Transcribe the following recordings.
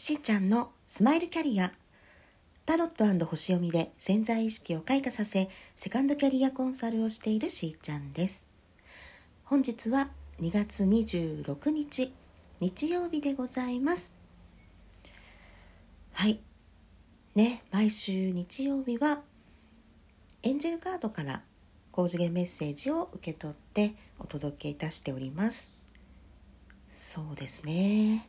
しーちゃんのスマイルキャリア。タロット&星読みで潜在意識を開花させ、セカンドキャリアコンサルをしているしーちゃんです。本日は2月26日日曜日でございます。はいね、毎週日曜日はエンジェルカードから高次元メッセージを受け取ってお届けいたしております。そうですね、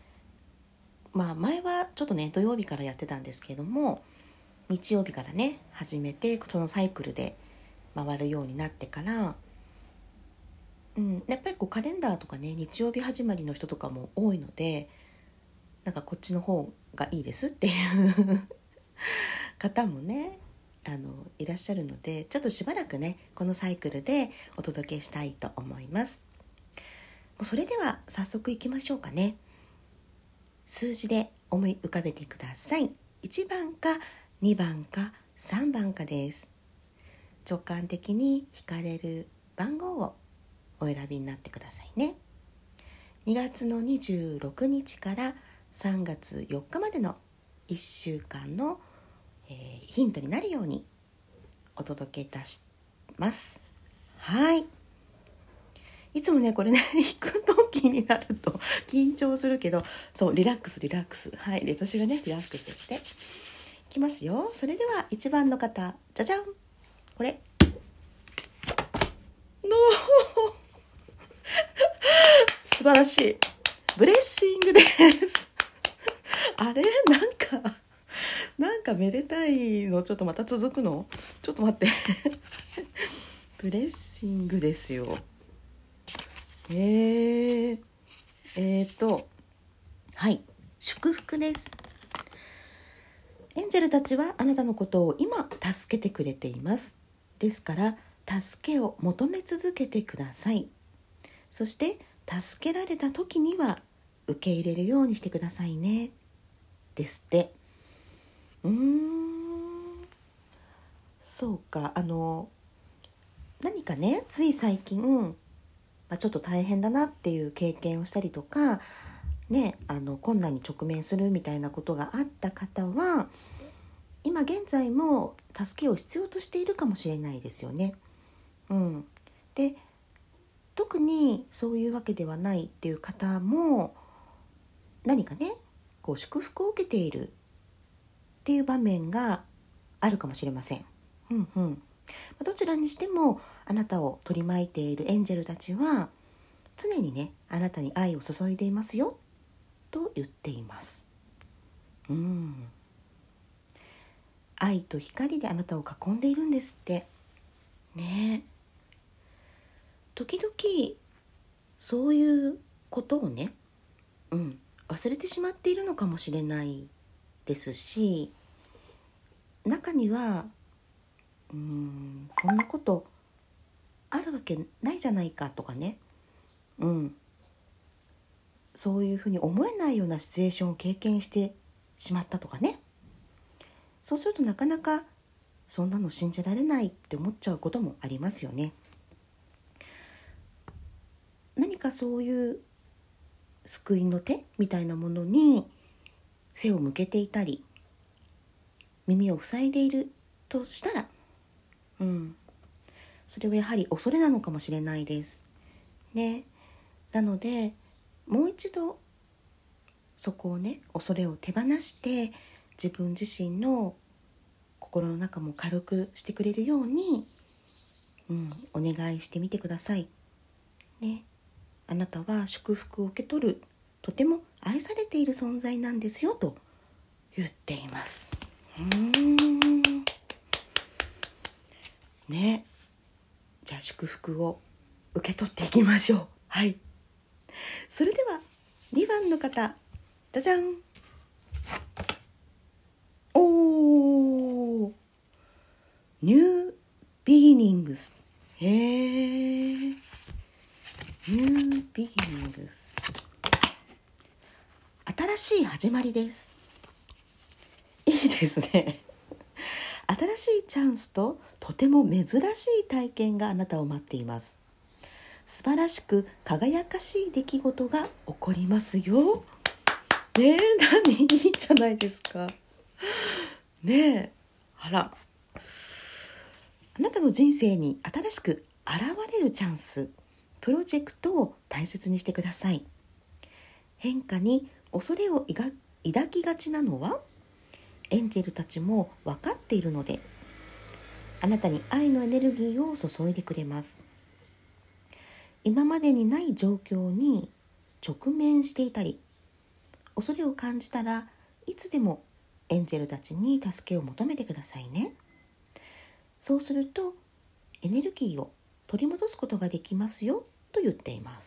前はちょっとね土曜日からやってたんですけども、日曜日からね始めて、そのサイクルで回るようになってから、やっぱりカレンダーとかね日曜日始まりの人とかも多いので、なんかこっちの方がいいですっていう方もねいらっしゃるので、ちょっとしばらくねこのサイクルでお届けしたいと思います。それでは早速いきましょうかね。数字で思い浮かべてください。1番か2番か3番かです。直感的に引かれる番号をお選びになってくださいね。2月の26日から3月4日までの1週間の、ヒントになるようにお届けいたします。はい。いつもねこれね弾く時になると緊張するけど、そうリラックス。はい。で私がねリラックスしていきますよ。それでは1番の方、じゃじゃん。これの素晴らしいブレッシングですあれなんかめでたいのちょっとまた続くの、ちょっと待ってブレッシングですよ。はい祝福です。エンジェルたちはあなたのことを今助けてくれています。ですから助けを求め続けてください。そして助けられた時には受け入れるようにしてくださいね、ですって。そうか、何かねつい最近、ちょっと大変だなっていう経験をしたりとかね、困難に直面するみたいなことがあった方は、今現在も助けを必要としているかもしれないですよね。で特にそういうわけではないっていう方も、何かね祝福を受けているっていう場面があるかもしれません。どちらにしてもあなたを取り巻いているエンジェルたちは常にねあなたに愛を注いでいますよと言っています。愛と光であなたを囲んでいるんですってね。時々そういうことをね、忘れてしまっているのかもしれないですし、中にはそんなことあるわけないじゃないかとかね、そういうふうに思えないようなシチュエーションを経験してしまったとかね。そうするとなかなかそんなの信じられないって思っちゃうこともありますよね。何かそういう救いの手みたいなものに背を向けていたり耳を塞いでいるとしたら、それはやはり恐れなのかもしれないですね。なのでもう一度そこをね恐れを手放して、自分自身の心の中も軽くしてくれるように、お願いしてみてくださいね。あなたは祝福を受け取るとても愛されている存在なんですよと言っています。ね、じゃあ祝福を受け取っていきましょう。はい。それでは2番の方、じゃじゃん。ニュービギニングス。ニュービギニングス。新しい始まりです。いいですね。新しいチャンスととても珍しい体験があなたを待っています。素晴らしく輝かしい出来事が起こりますよ。 何いいじゃないですかねえ。あら、あなたの人生に新しく現れるチャンス、プロジェクトを大切にしてください。変化に恐れを抱きがちなのはエンジェルたちも分かっているので、あなたに愛のエネルギーを注いでくれます。今までにない状況に直面していたり、恐れを感じたらいつでもエンジェルたちに助けを求めてくださいね。そうするとエネルギーを取り戻すことができますよと言っています。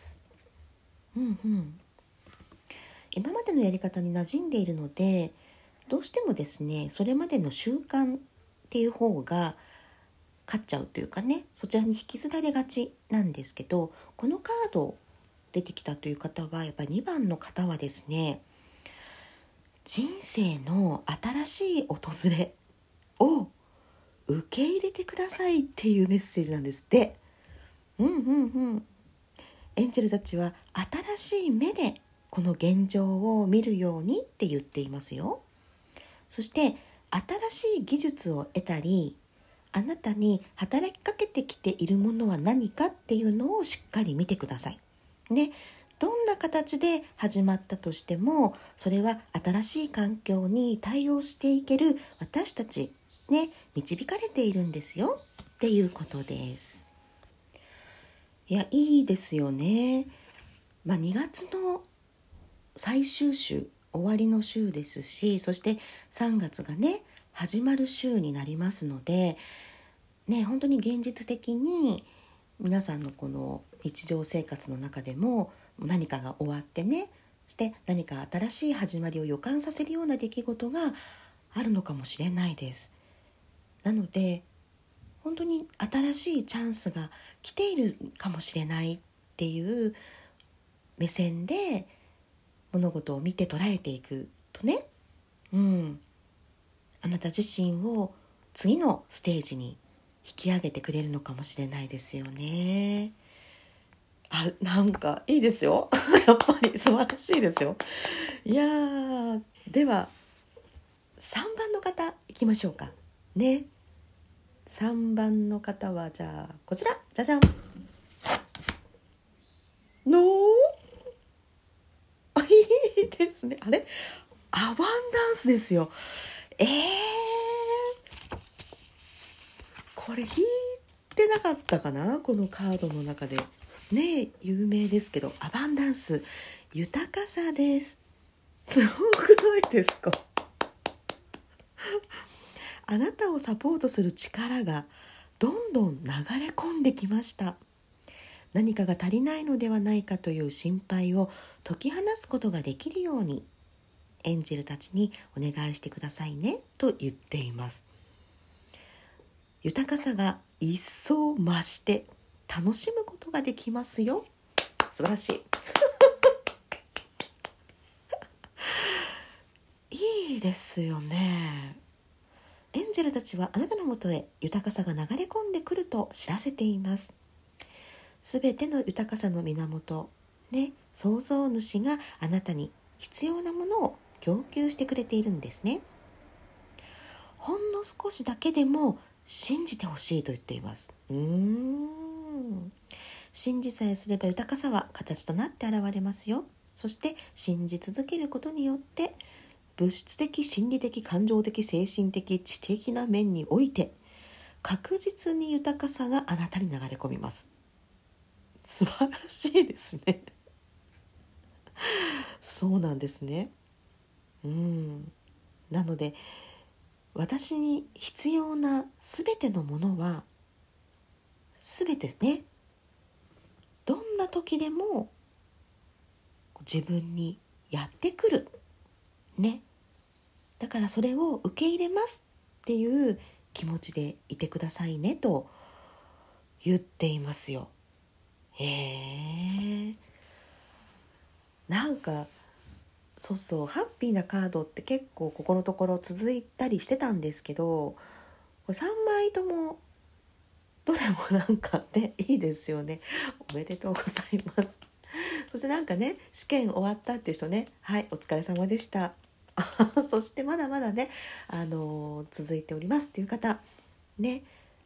今までのやり方に馴染んでいるので、どうしてもですね、それまでの習慣っていう方が勝っちゃうというかね、そちらに引きずられがちなんですけど、このカード出てきたという方は、やっぱり2番の方はですね、人生の新しい訪れを受け入れてくださいっていうメッセージなんですって。エンジェルたちは新しい目でこの現状を見るようにって言っていますよ。そして新しい技術を得たり、あなたに働きかけてきているものは何かっていうのをしっかり見てくださいね。どんな形で始まったとしても、それは新しい環境に対応していける私たちね、導かれているんですよっていうことです。いや、いいですよね。2月の最終週、終わりの週ですし、そして3月がね始まる週になりますのでね、本当に現実的に皆さんのこの日常生活の中でも何かが終わってね、そして何か新しい始まりを予感させるような出来事があるのかもしれないです。なので本当に新しいチャンスが来ているかもしれないっていう目線で物事を見て捉えていくとね、あなた自身を次のステージに引き上げてくれるのかもしれないですよね。なんかいいですよやっぱり素晴らしいですよ。いやでは3番の方いきましょうかね。3番の方はじゃあこちら、じゃじゃんのいいですね。あれアバンダンスですよ。これ引いてなかったかな、このカードの中でね。有名ですけど、アバンダンス、豊かさです。すごくないですかあなたをサポートする力がどんどん流れ込んできました。何かが足りないのではないかという心配を解き放すことができるようにエンジェルたちにお願いしてくださいねと言っています。豊かさが一層増して楽しむことができますよ。素晴らしいいいですよね。エンジェルたちはあなたのもとへ豊かさが流れ込んでくると知らせています。すべての豊かさの源、創造主があなたに必要なものを供給してくれているんですね。ほんの少しだけでも信じてほしいと言っています。信じさえすれば豊かさは形となって現れますよ。そして信じ続けることによって物質的、心理的、感情的、精神的、知的な面において確実に豊かさがあなたに流れ込みます。素晴らしいですねそうなんですね。なので私に必要なすべてのものはすべてね、どんな時でも自分にやってくるね。だからそれを受け入れますっていう気持ちでいてくださいねと言っていますよ。なんかそうハッピーなカードって結構ここのところ続いたりしてたんですけど、これ3枚ともどれもなんかねいいですよね。おめでとうございます。 そしてなんかね、試験終わったっていう人ね、はい、お疲れ様でしたそしてまだまだね、続いておりますっていう方ね、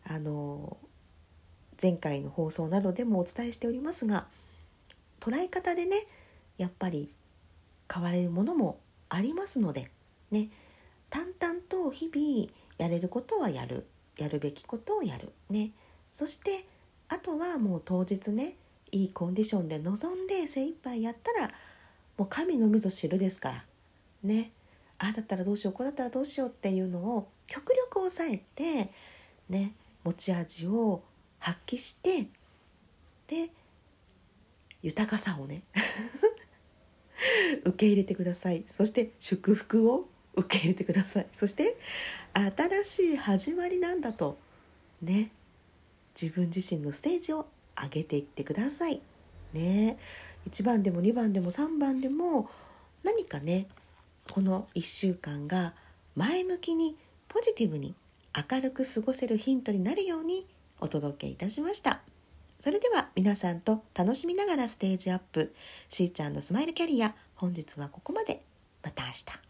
前回の放送などでもお伝えしておりますが、捉え方でね、やっぱり変われるものもありますのでね、淡々と日々やれることはやる、やるべきことをやるね。そしてあとはもう当日ね、いいコンディションで臨んで精一杯やったら、もう神のみぞ知るですからね。ああだったらどうしよう、こうだったらどうしようっていうのを極力抑えてね、持ち味を発揮して、で豊かさをね受け入れてください。そして祝福を受け入れてください。そして新しい始まりなんだとね、自分自身のステージを上げていってくださいね。1番でも2番でも3番でも、何かね、この1週間が前向きにポジティブに明るく過ごせるヒントになるようにお届けいたしました。それでは皆さんと楽しみながらステージアップ、しーちゃんのスマイルキャリア、本日はここまで。また明日。